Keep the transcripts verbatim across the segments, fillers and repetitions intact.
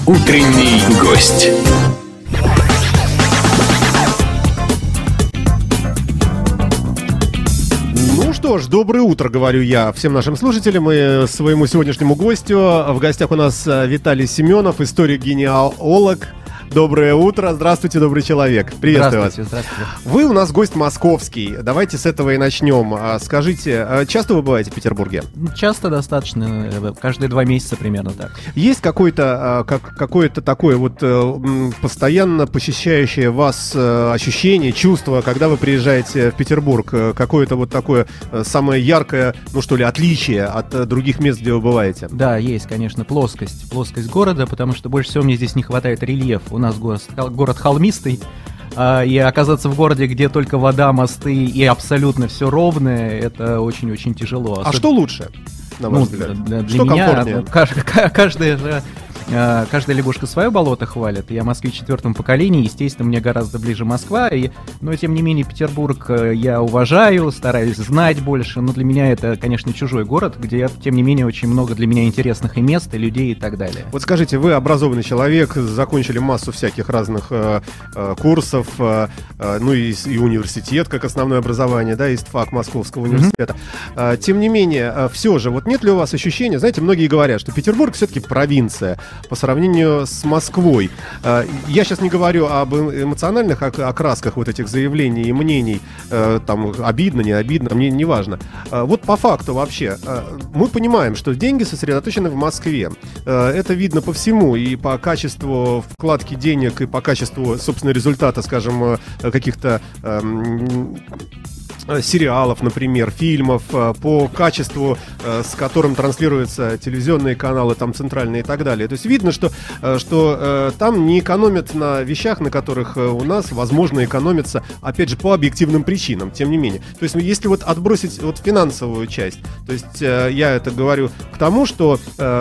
Утренний гость. Ну что ж, доброе утро, говорю я всем нашим слушателям и своему сегодняшнему гостю. В гостях у нас Виталий Семенов, историк-генеалог. Доброе утро, здравствуйте, добрый человек. Приветствую вас. Здравствуйте, здравствуйте. Вы у нас гость московский. Давайте с этого и начнем. Скажите, часто вы бываете в Петербурге? Часто достаточно, каждые два месяца примерно так. Есть какое-то, как, какое-то такое вот постоянно посещающее вас ощущение, чувство, когда вы приезжаете в Петербург? Какое-то вот такое самое яркое, ну что ли, отличие от других мест, где вы бываете? Да, есть, конечно, плоскость. Плоскость города, потому что больше всего мне здесь не хватает рельефа. У нас город, город холмистый, а, и оказаться в городе, где только вода, мосты и абсолютно все ровное, это очень-очень тяжело. А Особ... что лучше, на ваш ну, взгляд? Для, для что меня, комфортнее? Ну, каждая, каждая же... Каждая лягушка свое болото хвалит. Я москвич четвертом поколении, естественно, мне гораздо ближе Москва, и, но тем не менее Петербург я уважаю, стараюсь знать больше, но для меня это, конечно, чужой город, где, тем не менее, очень много для меня интересных и мест, и людей, и так далее. Вот скажите, вы образованный человек, закончили массу всяких разных э, э, курсов, э, э, ну и, и университет как основное образование, да, ИСТФАК Московского университета. Mm-hmm. Э, тем не менее, э, все же, вот нет ли у вас ощущения, знаете, многие говорят, что Петербург все-таки провинция по сравнению с Москвой. Я сейчас не говорю об эмоциональных окрасках вот этих заявлений и мнений, там, обидно, не обидно, мне не важно. Вот по факту вообще, мы понимаем, что деньги сосредоточены в Москве. Это видно по всему, и по качеству вкладки денег, и по качеству, собственно, результата, скажем, каких-то сериалов, например, фильмов, по качеству, с которым транслируются телевизионные каналы, там, центральные и так далее. То есть видно, что, что там не экономят на вещах, на которых у нас, возможно, экономится, опять же, по объективным причинам, тем не менее. То есть если вот отбросить вот финансовую часть, то есть я это говорю к тому, что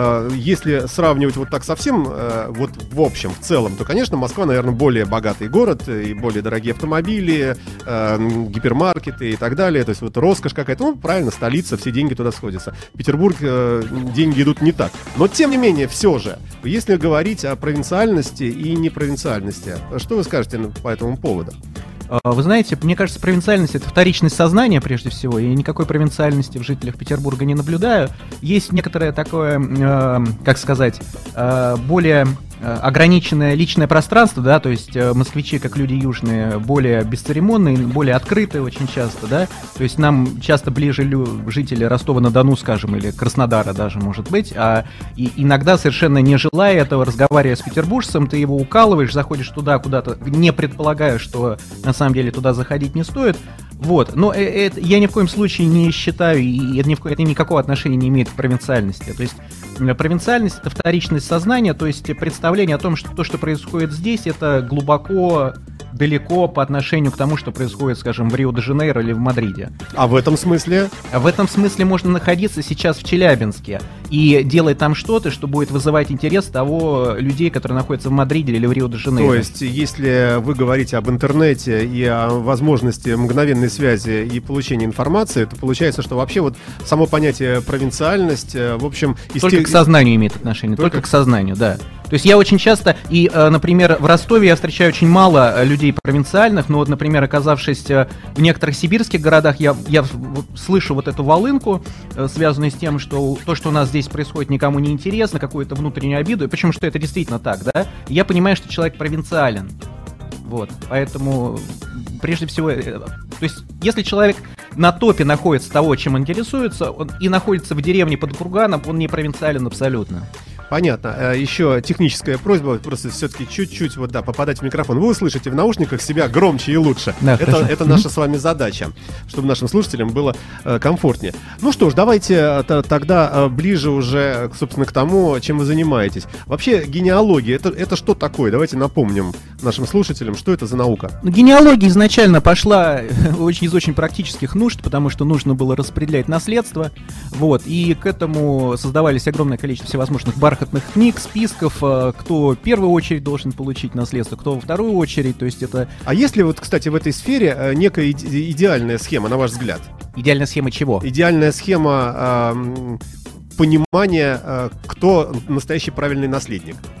если сравнивать вот так совсем, вот в общем, в целом, то, конечно, Москва, наверное, более богатый город, и более дорогие автомобили, гипермаркеты и так далее, то есть вот роскошь какая-то, ну, правильно, столица, все деньги туда сходятся. Петербург, э, деньги идут не так. Но, тем не менее, все же, если говорить о провинциальности и непровинциальности, что вы скажете по этому поводу? Вы знаете, мне кажется, провинциальность — это вторичность сознания, прежде всего, и никакой провинциальности в жителях Петербурга не наблюдаю. Есть некоторое такое, э, как сказать, э, более ограниченное личное пространство, да, то есть э, москвичи, как люди южные, более бесцеремонные, более открытые очень часто, да, то есть нам часто ближе лю- жители Ростова-на-Дону, скажем, или Краснодара даже, может быть, а и иногда, совершенно не желая этого, разговаривая с петербуржцем, ты его укалываешь, заходишь туда куда-то, не предполагая, что на самом деле туда заходить не стоит. Вот, но это, я ни в коем случае не считаю, и это, ни в ко... это никакого отношения не имеет к провинциальности. То есть провинциальность — это вторичность сознания, то есть представление о том, что то, что происходит здесь, это глубоко, далеко по отношению к тому, что происходит, скажем, в Рио-де-Жанейро или в Мадриде. А в этом смысле? В этом смысле можно находиться сейчас в Челябинске и делать там что-то, что будет вызывать интерес того людей, которые находятся в Мадриде или в Рио-де-Жанейро. То есть, если вы говорите об интернете и о возможности мгновенной связи и получения информации, то получается, что вообще вот само понятие провинциальность, в общем... Только тех... к сознанию имеет отношение, только... только к сознанию, да. То есть я очень часто, и, например, в Ростове я встречаю очень мало людей провинциальных, но вот, например, оказавшись в некоторых сибирских городах, я, я слышу вот эту волынку, связанную с тем, что то, что у нас здесь происходит, никому не интересно, какую-то внутреннюю обиду, причем, что это действительно так, да, и я понимаю, что человек провинциален. Вот, поэтому, прежде всего, то есть, если человек на топе находится того, чем он интересуется, он и находится в деревне под курганом, он не провинциален абсолютно. Понятно. Еще техническая просьба, просто все-таки чуть-чуть вот, да, попадать в микрофон. Вы услышите в наушниках себя громче и лучше. Да, это, это наша с вами задача, чтобы нашим слушателям было э, комфортнее. Ну что ж, давайте т- тогда э, ближе уже, собственно, к тому, чем вы занимаетесь. Вообще, генеалогия, это, это что такое? Давайте напомним нашим слушателям, что это за наука. Генеалогия изначально пошла очень, из очень практических нужд, потому что нужно было распределять наследство. Вот, и к этому создавались огромное количество всевозможных бархатных книг, списков, кто в первую очередь должен получить наследство, кто во вторую очередь, то есть это... А есть ли вот, кстати, в этой сфере некая иде- идеальная схема, на ваш взгляд? Идеальная схема чего? Идеальная схема э, понимания, э, кто настоящий правильный наследник.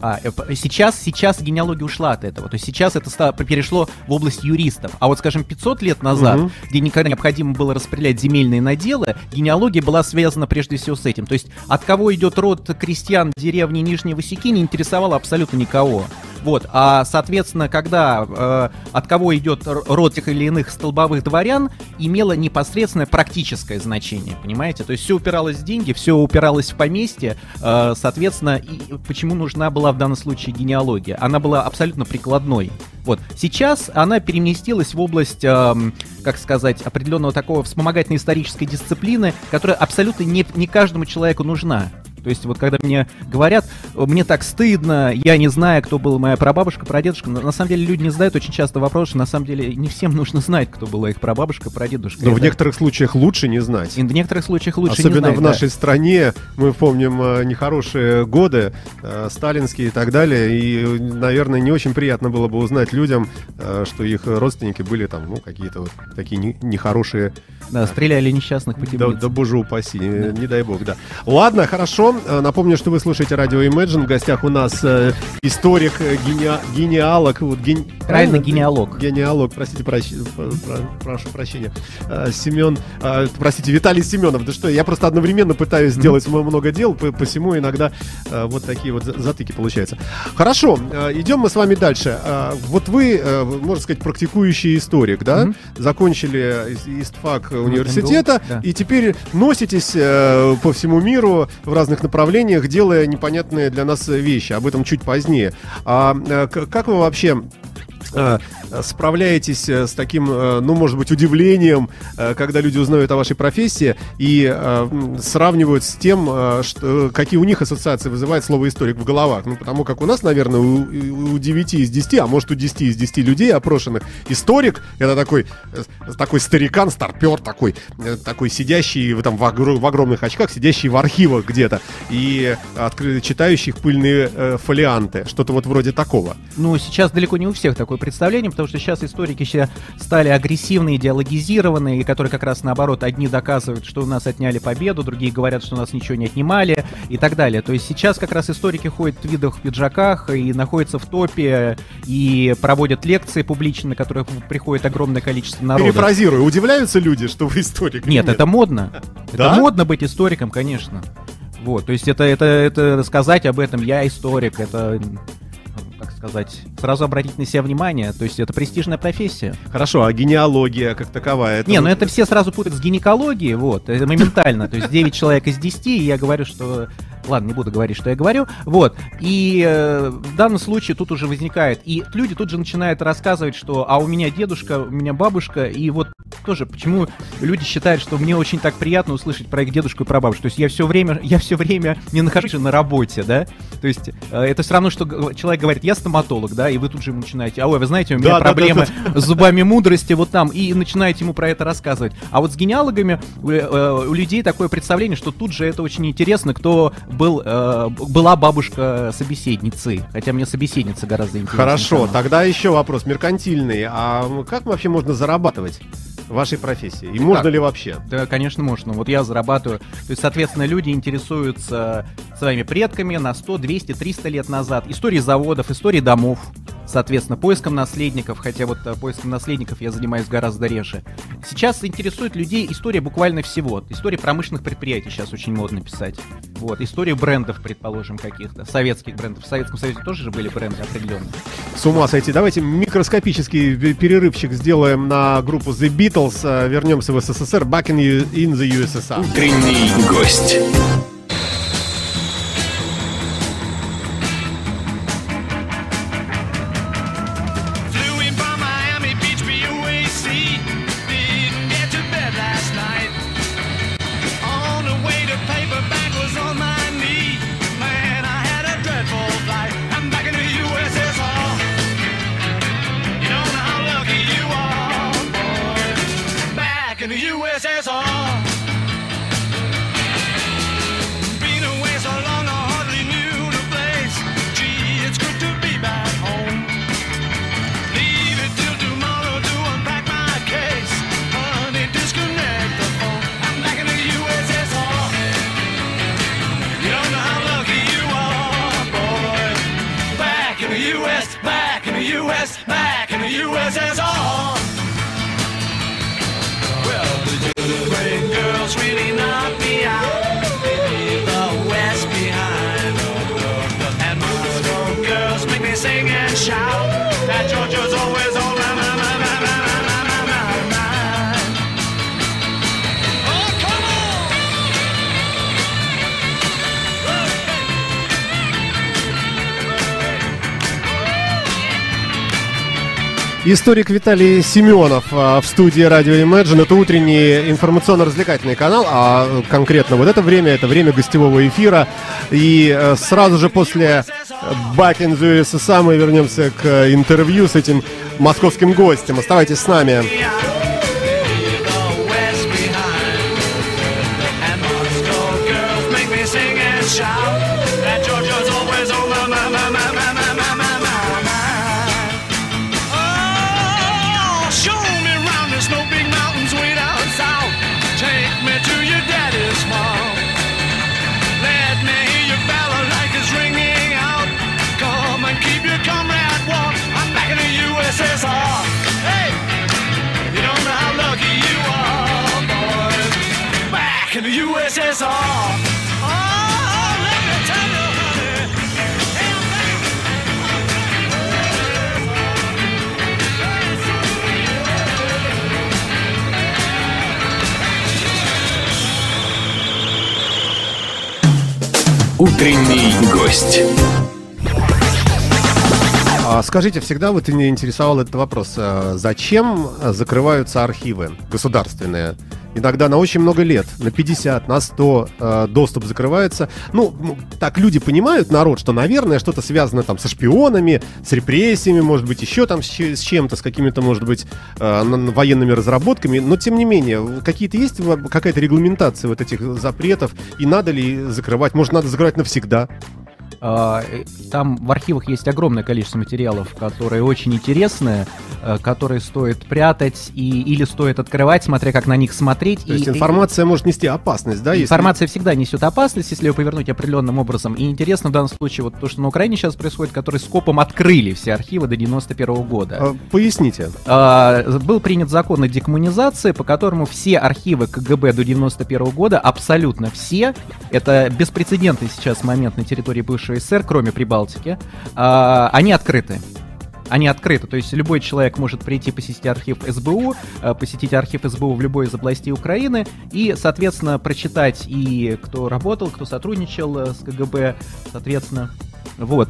А, сейчас, сейчас генеалогия ушла от этого. То есть сейчас это стало, перешло в область юристов. А вот, скажем, пятьсот лет назад, угу. где никогда необходимо было распределять земельные наделы, генеалогия была связана прежде всего с этим. То есть от кого идет род крестьян деревни Нижние Васюки, не интересовало абсолютно никого. Вот, а, соответственно, когда э, от кого идет род тех или иных столбовых дворян, имело непосредственное практическое значение, понимаете? То есть все упиралось в деньги, все упиралось в поместье, э, соответственно, и почему нужна была в данном случае генеалогия? Она была абсолютно прикладной. Вот, сейчас она переместилась в область, э, как сказать, определенного такого вспомогательной исторической дисциплины, которая абсолютно не, не каждому человеку нужна. То есть вот когда мне говорят, мне так стыдно, я не знаю, кто был моя прабабушка, прадедушка, но на самом деле люди не задают очень часто вопрос, что на самом деле не всем нужно знать, кто была их прабабушка, прадедушка. Но это... в некоторых случаях лучше не знать. И в некоторых случаях лучше Особенно не знать. Особенно в нашей да. стране, мы помним э, нехорошие годы, э, сталинские и так далее, и, наверное, не очень приятно было бы узнать людям, э, что их родственники были там, ну, какие-то вот такие не, нехорошие... Да, стреляли несчастных по темнице. Да, да боже упаси, да. не, не дай бог, да. Ладно, хорошо. Напомню, что вы слушаете радио Imagine. В гостях у нас э, историк, гене... генеалог. Вот, ген... Правильно, генеалог. Генеалог, простите, прощ... про... прошу прощения. Э, Семен, э, простите, Виталий Семенов. Да что, я просто одновременно пытаюсь сделать mm-hmm. много дел, посему иногда э, вот такие вот затыки получаются. Хорошо, э, идем мы с вами дальше. Э, вот вы, э, можно сказать, практикующий историк, да? Mm-hmm. Закончили истфак университета, да. и теперь носитесь э, по всему миру в разных направлениях, делая непонятные для нас вещи. Об этом чуть позднее. А э, как вы вообще э, справляетесь с таким, э, ну, может быть, удивлением, э, когда люди узнают о вашей профессии и э, сравнивают с тем, э, что, какие у них ассоциации вызывает слово «историк» в головах? Ну, потому как у нас, наверное, у, у девяти из десяти, а может, у десяти из десяти людей опрошенных, историк — это такой, такой старикан, старпер, такой, такой сидящий в, там, в, огр- в огромных очках, сидящий в архивах где-то и откры- читающий пыльные э, фолианты. Что-то вот вроде такого. Ну, сейчас далеко не у всех такое представление, потому что сейчас историки стали агрессивные, идеологизированные, которые как раз наоборот, одни доказывают, что у нас отняли победу, другие говорят, что у нас ничего не отнимали и так далее. То есть сейчас как раз историки ходят в видах, в пиджаках и находятся в топе и проводят лекции публично, на которых приходит огромное количество народа. Перефразирую, удивляются люди, что вы историк? Нет, нет, это модно. Да? Это модно быть историком, конечно. Вот, то есть это, это, это сказать об этом, я историк, это... как сказать, сразу обратить на себя внимание. То есть это престижная профессия. Хорошо, а генеалогия как таковая? Это... Не, ну это все сразу путают с гинекологией, вот, это моментально. То есть девять человек из десяти, и я говорю, что... Ладно, не буду говорить, что я говорю. Вот. И э, в данном случае тут уже возникает. И люди тут же начинают рассказывать, что а у меня дедушка, у меня бабушка. И вот тоже, почему люди считают, что мне очень так приятно услышать про их дедушку и про бабушку. То есть я все время, я все время не нахожусь на работе, да. То есть э, это все равно, что человек говорит, я стоматолог, да, и вы тут же ему начинаете, а ой, вы знаете, у меня да, проблемы да, да, с зубами мудрости вот там, и начинаете ему про это рассказывать. А вот с генеалогами у, э, у людей такое представление, что тут же это очень интересно, кто был, э, была бабушка собеседницы, хотя мне собеседница гораздо интереснее. Хорошо, сама. Тогда еще вопрос меркантильный. А как вообще можно зарабатывать в вашей профессии? И можно так, ли вообще? Да, конечно, можно. Вот я зарабатываю. То есть, соответственно, люди интересуются своими предками на сто, двести, триста лет назад. Истории заводов, истории домов. Соответственно, поиском наследников, хотя вот поиском наследников я занимаюсь гораздо реже. Сейчас интересует людей история буквально всего. История промышленных предприятий сейчас очень модно писать. Вот. История брендов, предположим, каких-то. Советских брендов. В Советском Союзе тоже же были бренды определенные. С ума сойти. Давайте микроскопический перерывчик сделаем на группу The Beatles. Вернемся в СССР. Back in, in the ю эс эс ар. Утренний гость. West, back in the U S S R. Well, the great girls really knock me out. Leave the West behind. And Moscow girls make me sing and shout. That Georgia's always on my mind, my mind, my mind, my mind, my mind. Oh, come on! Историк Виталий Семенов в студии радио Imagine. Это утренний информационно-развлекательный канал, а конкретно вот это время, это время гостевого эфира. И сразу же после Back in the ю эс эс ар мы вернемся к интервью с этим московским гостем. Оставайтесь с нами. In the ю эс эс ар. Oh, let me tell you, honey. Утренний гость. Скажите, всегда вот меня интересовал этот вопрос. Зачем закрываются архивы государственные? Иногда на очень много лет, на пятьдесят, на сто э, доступ закрывается. Ну, ну, так люди понимают, народ, что, наверное, что-то связано там со шпионами, с репрессиями, может быть, еще там с, с чем-то, с какими-то, может быть, э, военными разработками. Но, тем не менее, какие-то есть какая-то регламентация вот этих запретов? И надо ли закрывать? Может, надо закрывать навсегда? Там в архивах есть огромное количество материалов, которые очень интересные, которые стоит прятать и, или стоит открывать, смотря как на них смотреть. То и, есть информация и, может нести опасность, да? Информация если... всегда несет опасность, если ее повернуть определенным образом. И интересно в данном случае вот то, что на Украине сейчас происходит, которые скопом открыли все архивы до девяносто первого года. А, поясните. А, был принят закон о декоммунизации, по которому все архивы ка гэ бэ до девяносто первого года, абсолютно все, это беспрецедентный сейчас момент на территории бывшего эс эс эс эр, кроме Прибалтики, а, они открыты. Они открыты, то есть любой человек может прийти посетить архив эс бэ у, посетить архив эс бэ у в любой из областей Украины и, соответственно, прочитать и кто работал, кто сотрудничал с ка гэ бэ, соответственно, вот,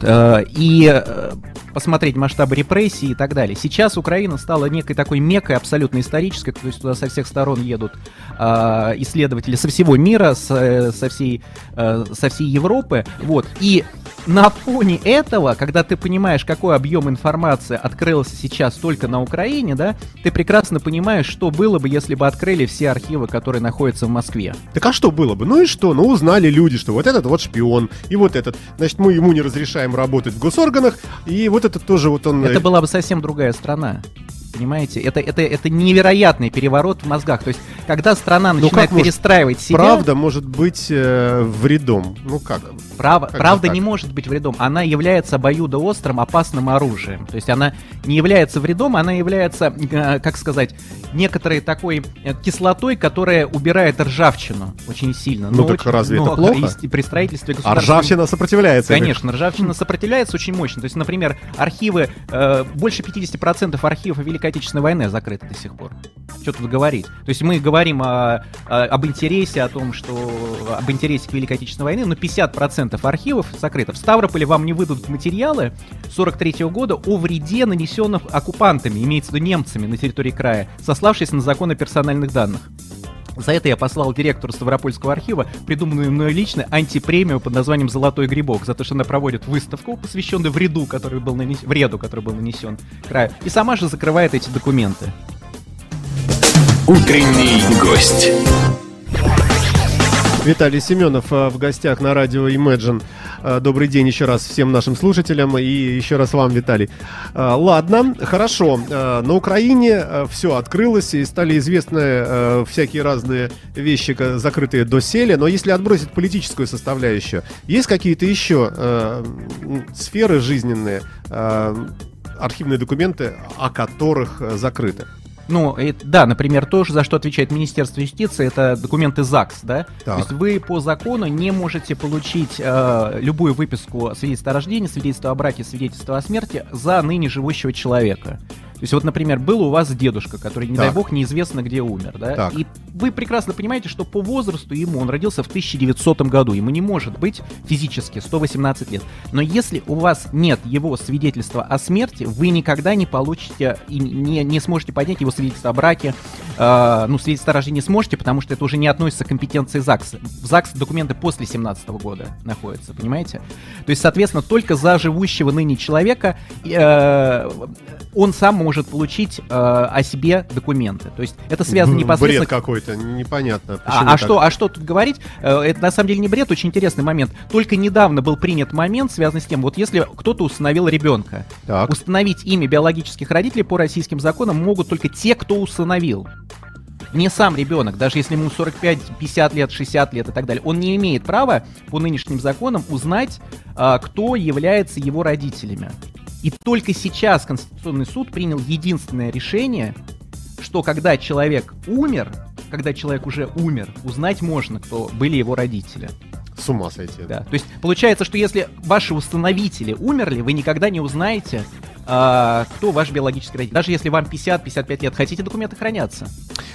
и посмотреть масштабы репрессий и так далее. Сейчас Украина стала некой такой меккой абсолютно исторической, то есть туда со всех сторон едут исследователи со всего мира, со, со, всей, со всей Европы, вот, и на фоне этого, когда ты понимаешь, какой объем информации открылся сейчас только на Украине, да, ты прекрасно понимаешь, что было бы, если бы открыли все архивы, которые находятся в Москве. Так а что было бы? Ну и что? Ну узнали люди, что вот этот вот шпион, и вот этот. Значит, мы ему не разрешаем работать в госорганах, и вот этот тоже вот он... Это была бы совсем другая страна. Понимаете? Это, это, это невероятный переворот в мозгах. То есть, когда страна начинает ну, перестраивать себя... Правда может быть э, вредом. Ну как? Право, как правда не может быть вредом. Она является обоюдоострым опасным оружием. То есть, она не является вредом, она является, э, как сказать, некоторой такой кислотой, которая убирает ржавчину очень сильно. Ну, ну так очень, разве ну, это плохо? И, при строительстве государства... А ржавчина сопротивляется. Конечно, ржавчина сопротивляется очень мощно. То есть, например, архивы, э, больше пятьдесят процентов архивов Великой Отечественной войны закрыты до сих пор. Что тут говорить? То есть мы говорим о, о, об интересе, о том, что об интересе к Великой Отечественной войне, но пятьдесят процентов архивов закрыто. В Ставрополе вам не выдадут материалы сорок третьего года о вреде, нанесенном оккупантами, имеется в виду немцами на территории края, сославшись на закон о персональных данных. За это я послал директору Ставропольского архива придуманную мной лично антипремию под названием «Золотой грибок» за то, что она проводит выставку, посвященную вреду, который был нанес... вреду, который был нанесен краю, и сама же закрывает эти документы. Утренний гость. Виталий Семенов в гостях на радио Imagine. Добрый день еще раз всем нашим слушателям и еще раз вам, Виталий. Ладно, хорошо. На Украине все открылось и стали известны всякие разные вещи, закрытые доселе. Но если отбросить политическую составляющую, есть какие-то еще сферы жизненные, архивные документы, о которых э, закрыты. Ну, это, да, например, то, за что отвечает Министерство юстиции, это документы ЗАГС, да? Так. То есть вы по закону не можете получить э, любую выписку свидетельства о рождении, свидетельства о браке, свидетельства о смерти за ныне живущего человека. То есть вот, например, был у вас дедушка, который, не Так. дай бог, неизвестно где умер, да? Так. И вы прекрасно понимаете, что по возрасту ему, он родился в тысяча девятисотом году, ему не может быть физически сто восемнадцать лет. Но если у вас нет его свидетельства о смерти, вы никогда не получите и не, не сможете поднять его свидетельство о браке, э, ну, свидетельство о рождении сможете, потому что это уже не относится к компетенции ЗАГСа. В ЗАГС документы после семнадцатого года находятся, понимаете? То есть, соответственно, только за живущего ныне человека э, он сам может получить э, о себе документы. То есть это связано непосредственно... Бред какой-то, непонятно. А, а, так. что, а что тут говорить? Э, Это на самом деле не бред, очень интересный момент. Только недавно был принят момент, связанный с тем, вот если кто-то усыновил ребенка, Так. установить имя биологических родителей по российским законам могут только те, кто усыновил. Не сам ребенок, даже если ему сорок пять, пятьдесят лет, шестьдесят лет и так далее, он не имеет права по нынешним законам узнать, а, кто является его родителями. И только сейчас Конституционный суд принял единственное решение, что когда человек умер, когда человек уже умер, узнать можно, кто были его родители. С ума сойти. Да. То есть получается, что если ваши установители умерли, вы никогда не узнаете, а, кто ваш биологический родитель. Даже если вам пятьдесят-пятьдесят пять лет, хотите, документы хранятся.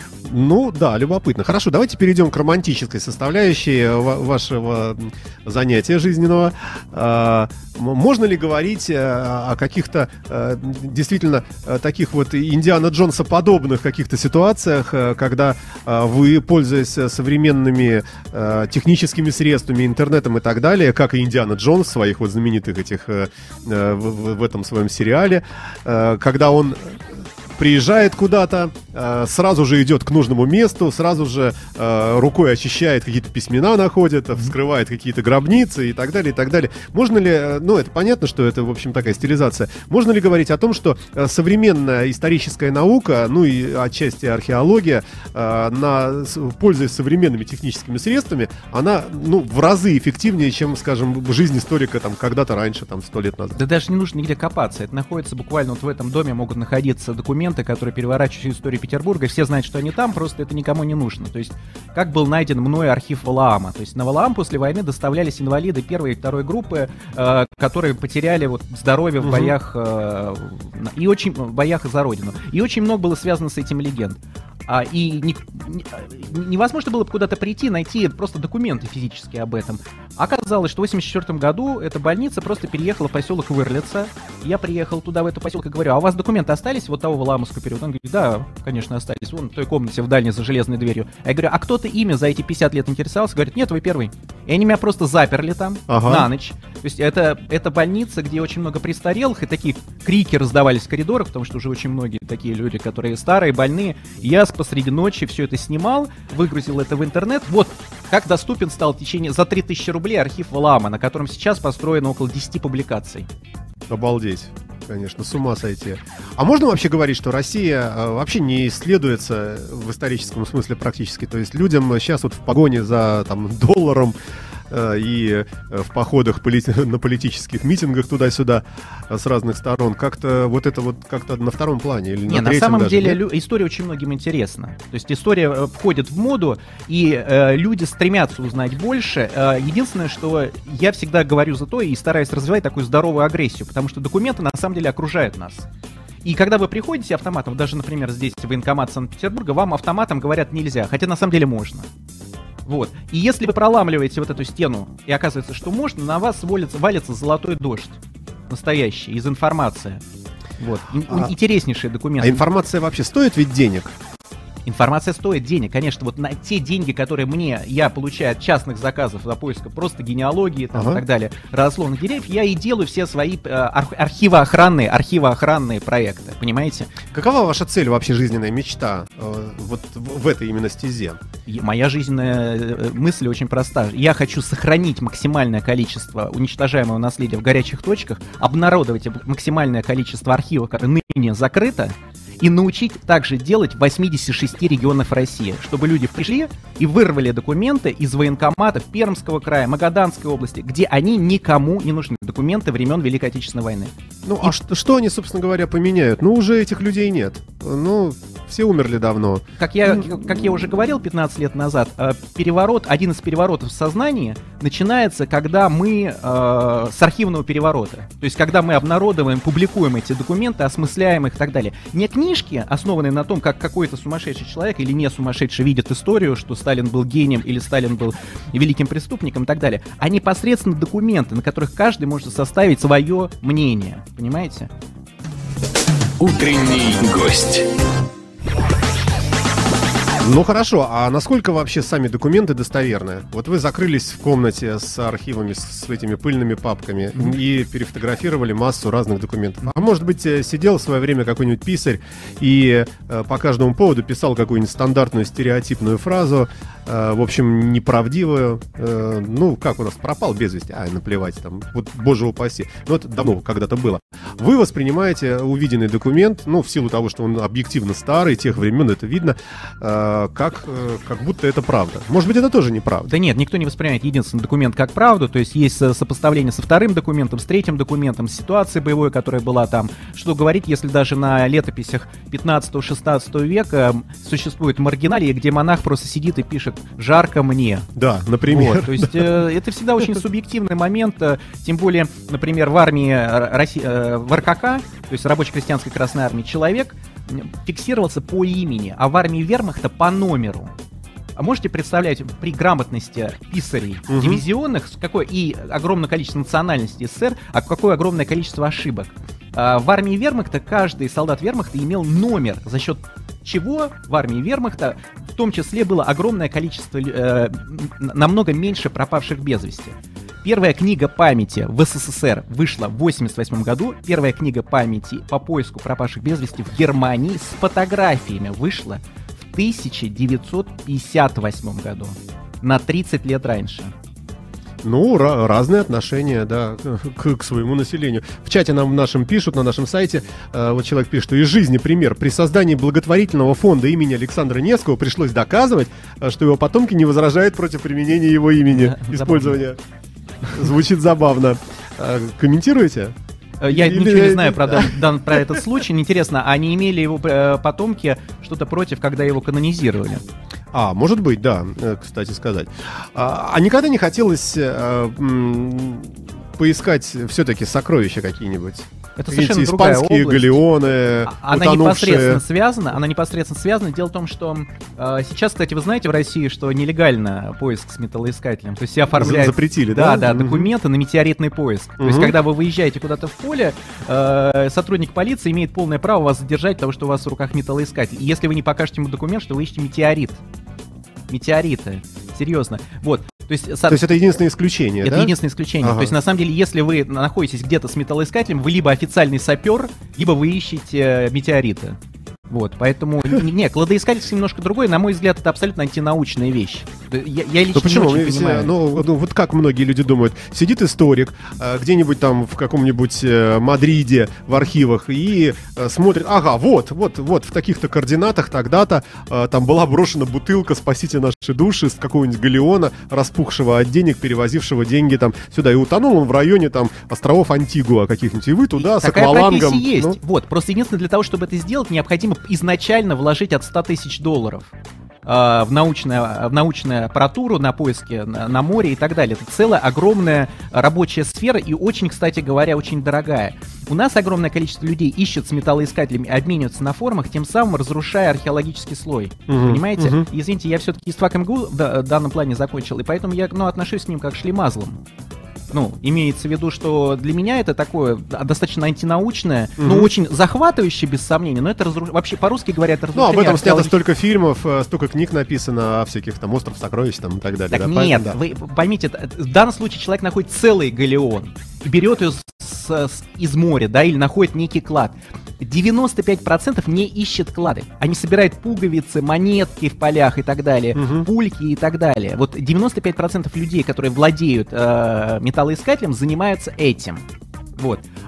Ну, да, любопытно. Хорошо, давайте перейдем к романтической составляющей ва- вашего занятия жизненного. А, м- можно ли говорить а, о каких-то а, действительно а, таких вот Индиана Джонса подобных каких-то ситуациях, а, когда а, вы, пользуясь современными а, техническими средствами, интернетом и так далее, как и Индиана Джонс в своих вот знаменитых этих а, а, в, в- в этом своем сериале, а, когда он приезжает куда-то, э, сразу же идет к нужному месту, сразу же э, рукой очищает, какие-то письмена находит, вскрывает какие-то гробницы и так далее, и так далее. Можно ли, э, ну, это понятно, что это, в общем, такая стилизация. Можно ли говорить о том, что э, современная историческая наука, ну и отчасти археология, э, на, с- пользуясь современными техническими средствами, она, ну, в разы эффективнее, чем, скажем, жизнь историка там когда-то раньше, там, сто лет назад? Да даже не нужно нигде копаться. Это находится буквально вот в этом доме, могут находиться документы, которые переворачивают историю Петербурга. Все знают, что они там, просто это никому не нужно. То есть, как был найден мной архив Валаама. То есть, на Валаам после войны доставлялись инвалиды первой и второй группы, э, которые потеряли вот здоровье в Мгм. боях, э, и очень, в боях за родину. И очень много было связано с этим легенд. А, и не- не- невозможно было бы куда-то прийти, найти просто документы физические об этом. Оказалось, что в восемьдесят четвёртом году эта больница просто переехала в поселок Вырлица. Я приехал туда, в эту поселок, и говорю: а у вас документы остались вот того Валаамовского периода? Он говорит: да, конечно, остались. Вон в той комнате в дальней за железной дверью. Я говорю: а кто-то ими за эти пятьдесят лет интересовался? Говорит: нет, вы первый. И они меня просто заперли там Ага. на ночь. То есть это, это больница, где очень много престарелых, и такие крики раздавались в коридорах, потому что уже очень многие такие люди, которые старые, больные. Я посреди ночи все это снимал, выгрузил это в интернет. Вот как доступен стал в течение за три тысячи рублей архив Валаама, на котором сейчас построено около десяти публикаций. Обалдеть. Конечно, с ума сойти. А можно вообще говорить, что Россия э, вообще не исследуется в историческом смысле практически? То есть людям сейчас вот в погоне за там, долларом э, и э, в походах полит- на политических митингах туда-сюда э, с разных сторон, как-то вот это вот как-то на втором плане или Не, на на третьем самом даже, деле нет? лю- история очень многим интересна. То есть история э, входит в моду, и э, люди стремятся узнать больше. Э, единственное, что я всегда говорю за то и стараюсь развивать такую здоровую агрессию, потому что документы на самом деле окружают нас. И когда вы приходите автоматом, даже, например, здесь в военкомат Санкт-Петербурга, вам автоматом говорят нельзя, хотя на самом деле можно. Вот. И если вы проламливаете вот эту стену, и оказывается, что можно, на вас валится, валится золотой дождь. Настоящий, из информации. Вот. Ин- А- Интереснейшие документы. А информация вообще стоит ведь денег? Информация стоит денег, конечно, вот на те деньги, которые мне, я получаю от частных заказов за поиск просто генеалогии там, Ага. и так далее, родословных деревьев, я и делаю все свои э, ар- архивоохранные, архивоохранные проекты, понимаете? Какова ваша цель вообще, жизненная мечта э, вот в, в этой именно стезе? И моя жизненная э, мысль очень проста. Я хочу сохранить максимальное количество уничтожаемого наследия в горячих точках, обнародовать максимальное количество архивов, которые ныне закрыто, и научить также делать в восьмидесяти шести регионах России, чтобы люди пришли и вырвали документы из военкоматов Пермского края, Магаданской области, где они никому не нужны, документы времен Великой Отечественной войны. Ну, и... а что, что они, собственно говоря, поменяют? Ну, уже этих людей нет. Ну, все умерли давно. Как я, как я уже говорил пятнадцать лет назад, переворот, один из переворотов в сознании начинается, когда мы э, с архивного переворота. То есть, когда мы обнародовываем, публикуем эти документы, осмысляем их и так далее. Не книжки, основанные на том, как какой-то сумасшедший человек или не сумасшедший видит историю, что Сталин был гением или Сталин был великим преступником и так далее, а непосредственно документы, на которых каждый может составить свое мнение. Понимаете? Утренний гость. Ну хорошо, а насколько вообще сами документы достоверны? Вот вы закрылись в комнате с архивами, с, с этими пыльными папками mm-hmm. и перефотографировали массу разных документов. А может быть, сидел в свое время какой-нибудь писарь и э, по каждому поводу писал какую-нибудь стандартную стереотипную фразу, э, в общем, неправдивую. Э, ну, как у нас, пропал без вести, а, наплевать, там, вот, боже упаси. Ну, это давно когда-то было. Вы воспринимаете увиденный документ, ну, в силу того, что он объективно старый, тех времен, это видно, э, Как, как будто это правда. Может быть, это тоже неправда. Да нет, никто не воспринимает единственный документ как правду. То есть есть сопоставление со вторым документом, с третьим документом, с ситуацией боевой, которая была там. Что говорить, если даже на летописях пятнадцатого-шестнадцатого века существует маргиналия, где монах просто сидит и пишет «жарко мне». Да, например. Вот, то есть э, это всегда очень субъективный момент. Э, тем более, например, в армии России, э, в эр ка ка, то есть рабоче-крестьянской Красной Армии, человек фиксировался по имени, а в армии вермахта по номеру. А можете представлять при грамотности писарей угу. дивизионных, какое и огромное количество национальностей СССР, а какое огромное количество ошибок. А в армии вермахта каждый солдат вермахта имел номер, за счет чего в армии вермахта в том числе было огромное количество, э, намного меньше пропавших без вести. Первая книга памяти в эс эс эс эр вышла в восемьдесят восьмом году. Первая книга памяти по поиску пропавших без вести в Германии с фотографиями вышла в тысяча девятьсот пятьдесят восьмом году. На тридцать лет раньше. Ну, ra- разные отношения, да, к, к своему населению. В чате нам нашим пишут, на нашем сайте, э, вот человек пишет, что из жизни пример. При создании благотворительного фонда имени Александра Невского пришлось доказывать, что его потомки не возражают против применения его имени, да, использования. Звучит забавно. А, комментируете? Я Или... ничего не знаю про, дан, про этот случай. Интересно, а не имели его потомки что-то против, когда его канонизировали? А, может быть, да, кстати сказать. А, а никогда не хотелось а, м- поискать все-таки сокровища какие-нибудь? Это совершенно другая испанские область. галеоны, она утонувшие... непосредственно связана. Она непосредственно связана. Дело в том, что э, сейчас, кстати, вы знаете в России, что нелегально поиск с металлоискателем. То есть все оформляют... Запретили, да? Да, да, документы угу. на метеоритный поиск. То угу. есть когда вы выезжаете куда-то в поле, э, сотрудник полиции имеет полное право вас задержать, потому что у вас в руках металлоискатель. И если вы не покажете ему документ, что вы ищете метеорит. Метеориты. Серьезно. Вот. То есть, То есть это единственное исключение, это да? единственное исключение. Ага. То есть, на самом деле, если вы находитесь где-то с металлоискателем, вы либо официальный сапер, либо вы ищете метеориты. Вот, поэтому, не, кладоискательство немножко другое, на мой взгляд, это абсолютно антинаучная вещь. Я, я лично ну, почему? не очень Ведь, понимаю. Ну, ну, вот как многие люди думают, сидит историк э, где-нибудь там в каком-нибудь э, Мадриде в архивах и э, смотрит, ага, вот, вот, вот, в таких-то координатах тогда-то э, там была брошена бутылка «Спасите наши души» с какого-нибудь галеона, распухшего от денег, перевозившего деньги там сюда. И утонул он в районе там островов Антигуа каких-нибудь. И вы туда и с аквалангом. Такая профессия есть. Ну... Вот, просто единственное, для того, чтобы это сделать, необходимо изначально вложить от ста тысяч долларов э, в, научное, в научную аппаратуру на поиски на, на море и так далее. Это целая огромная рабочая сфера и очень, кстати говоря, очень дорогая. У нас огромное количество людей ищут с металлоискателями, обмениваются на форумах, тем самым разрушая археологический слой. Угу, Понимаете? Угу. Извините, я все-таки истфак эм гэ у в, в данном плане закончил, и поэтому я ну, отношусь к ним как к шлемазлам. Ну, имеется в виду, что для меня это такое достаточно антинаучное, mm-hmm. но очень захватывающее, без сомнения, но это разруш... вообще по-русски говоря, это разрушение. Ну, об этом снято столько фильмов, столько книг написано о всяких там «Остров сокровищ» там и так далее. Так да, нет, да. вы поймите, в данном случае человек находит целый галеон и берет ее с, с, из моря, да, или находит некий клад. девяносто пять процентов не ищет клады. Они собирают пуговицы, монетки в полях и так далее, угу. пульки и так далее. Вот девяносто пять процентов людей, которые владеют э, металлоискателем, занимаются этим. Вот.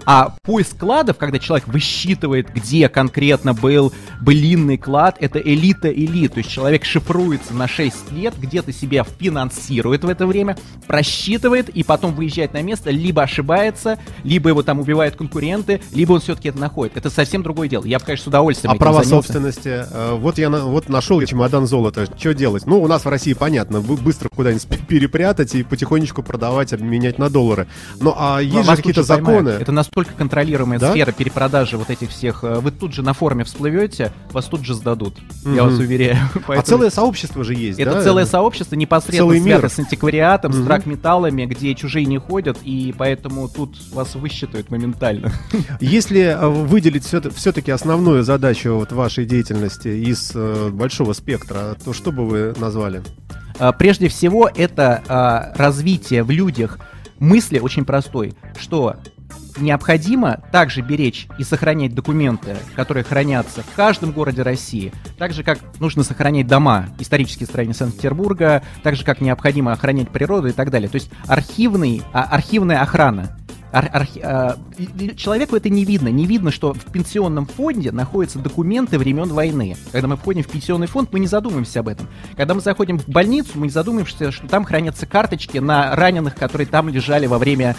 А поиск кладов, когда человек высчитывает, где конкретно был былинный клад, это элита элит. То есть человек шифруется на шесть лет, где-то себя финансирует в это время, просчитывает и потом выезжает на место, либо ошибается, либо его там убивают конкуренты, либо он все-таки это находит. Это совсем другое дело. Я бы, конечно, с удовольствием А этим права занялся. собственности? Э, Вот я на- вот нашел чемодан золота. Что делать? Ну, у нас в России понятно, бы- быстро куда-нибудь п- перепрятать и потихонечку продавать, обменять на доллары. Ну, а есть Вас же тут какие-то поймают. законы. Это настолько контролируемая Да? сфера перепродажи вот этих всех. э, Вы тут же на форуме всплывете, вас тут же сдадут. Я Мгм. вас уверяю. А Поэтому целое сообщество же есть, это да? целое сообщество, непосредственно Целый мир. связано с антиквариатом, Мгм. с драгметаллами, где чужие не ходят, и поэтому тут вас высчитают моментально. Если э, выделить все-таки основную задачу вот вашей деятельности из э, большого спектра, то что бы вы назвали? А, Прежде всего, это а, развитие в людях мысли очень простой, что необходимо также беречь и сохранять документы, которые хранятся в каждом городе России, так же, как нужно сохранять дома, исторические строения Санкт-Петербурга, так же, как необходимо охранять природу и так далее. То есть архивный, а, архивная охрана. Ар- архи- а, и- человеку это не видно. Не видно, что в пенсионном фонде находятся документы времен войны. Когда мы входим в пенсионный фонд, мы не задумываемся об этом. Когда мы заходим в больницу, мы не задумываемся, что там хранятся карточки на раненых, которые там лежали во время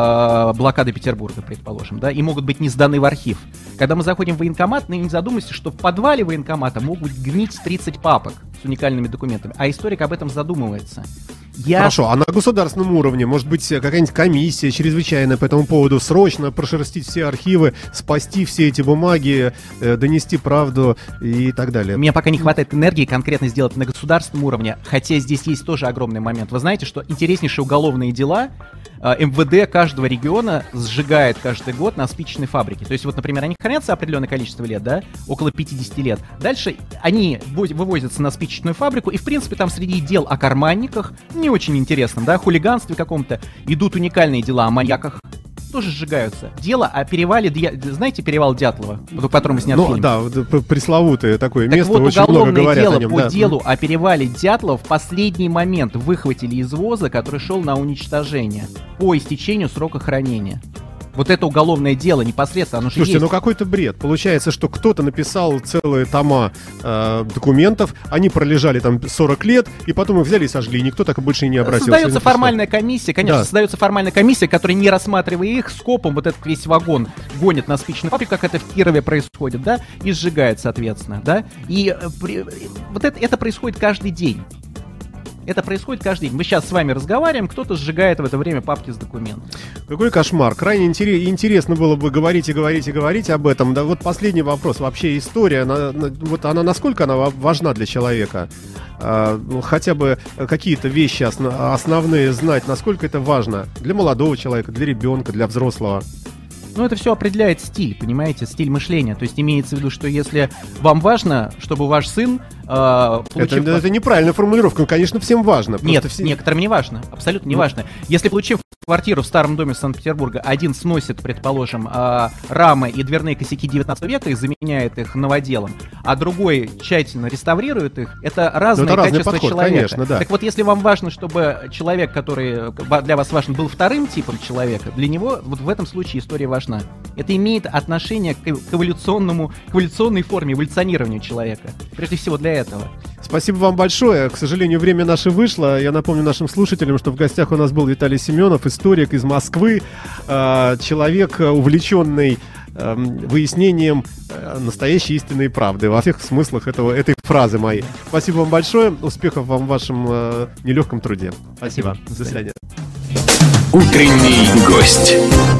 э, блокады Петербурга, предположим, да, и могут быть не сданы в архив. Когда мы заходим в военкомат, мы не задумываемся, что в подвале военкомата могут гнить тридцать папок с уникальными документами, а историк об этом задумывается. Я... Хорошо, а на государственном уровне, может быть, какая-нибудь комиссия чрезвычайная по этому поводу, срочно прошерстить все архивы, спасти все эти бумаги, э, донести правду и так далее? У меня пока не хватает энергии конкретно сделать на государственном уровне, хотя здесь есть тоже огромный момент. Вы знаете, что интереснейшие уголовные дела э, эм вэ дэ каждого региона сжигает каждый год на спичечной фабрике. То есть вот, например, они хранятся определенное количество лет, да, около пятьдесят лет. Дальше они воз- вывозятся на спичечную фабрику, и, в принципе, там среди дел о карманниках, не очень интересном, да, хулиганстве каком-то, идут уникальные дела о маньяках, тоже сжигаются. Дело о перевале, Дья... знаете, перевал Дятлова, по которому снят Ну, фильм? да, вот, п- пресловутое такое Так место, вот, очень много уголовное говорят дело о нем. по да. делу о перевале Дятлова в последний момент выхватили из ВОЗа, который шел на уничтожение по истечению срока хранения. Вот это уголовное дело непосредственно, оно же Слушайте, есть. ну какой-то бред. Получается, что кто-то написал целые тома э, документов, они пролежали там сорок лет, и потом их взяли и сожгли, и никто так и больше и не обратился. Создается Ни на что. формальная комиссия, конечно, Да. создается формальная комиссия, которая, не рассматривая их, скопом вот этот весь вагон гонит на спичечную фабрику, как это в Кирове происходит, да, и сжигает, соответственно, да. И э, при- вот это, это происходит каждый день. Это происходит каждый день. Мы сейчас с вами разговариваем, кто-то сжигает в это время папки с документами. Какой кошмар. Крайне интерес- интересно было бы говорить и говорить и говорить об этом. Да вот последний вопрос. Вообще история, она, на- вот она насколько она ва- важна для человека? А, ну, хотя бы какие-то вещи осно- основные знать, насколько это важно для молодого человека, для ребенка, для взрослого. Ну, это все определяет стиль, понимаете, стиль мышления. То есть имеется в виду, что если вам важно, чтобы ваш сын, э, Это, получив... это неправильная формулировка. Ну, конечно, всем важно. Просто Нет, все- некоторым не важно, абсолютно не Ну. важно. Если, получив квартиру в старом доме Санкт-Петербурга, один сносит, предположим, э, рамы и дверные косяки девятнадцатого века и заменяет их новоделом, а другой тщательно реставрирует их, это разные это разный качества подход, человека. конечно, да. Так вот, если вам важно, чтобы человек, который ва- для вас важен, был вторым типом человека, для него вот в этом случае история важна. Это имеет отношение к к эволюционному, к эволюционной форме, эволюционированию человека. Прежде всего для этого. Спасибо вам большое. К сожалению, время наше вышло. Я напомню нашим слушателям, что в гостях у нас был Виталий Семенов, историк из Москвы, э, человек, увлеченный э, выяснением э, настоящей истинной правды во всех смыслах этого, этой фразы моей. Спасибо вам большое. Успехов вам в вашем э, нелегком труде. Спасибо. Спасибо. До свидания. Утренний гость.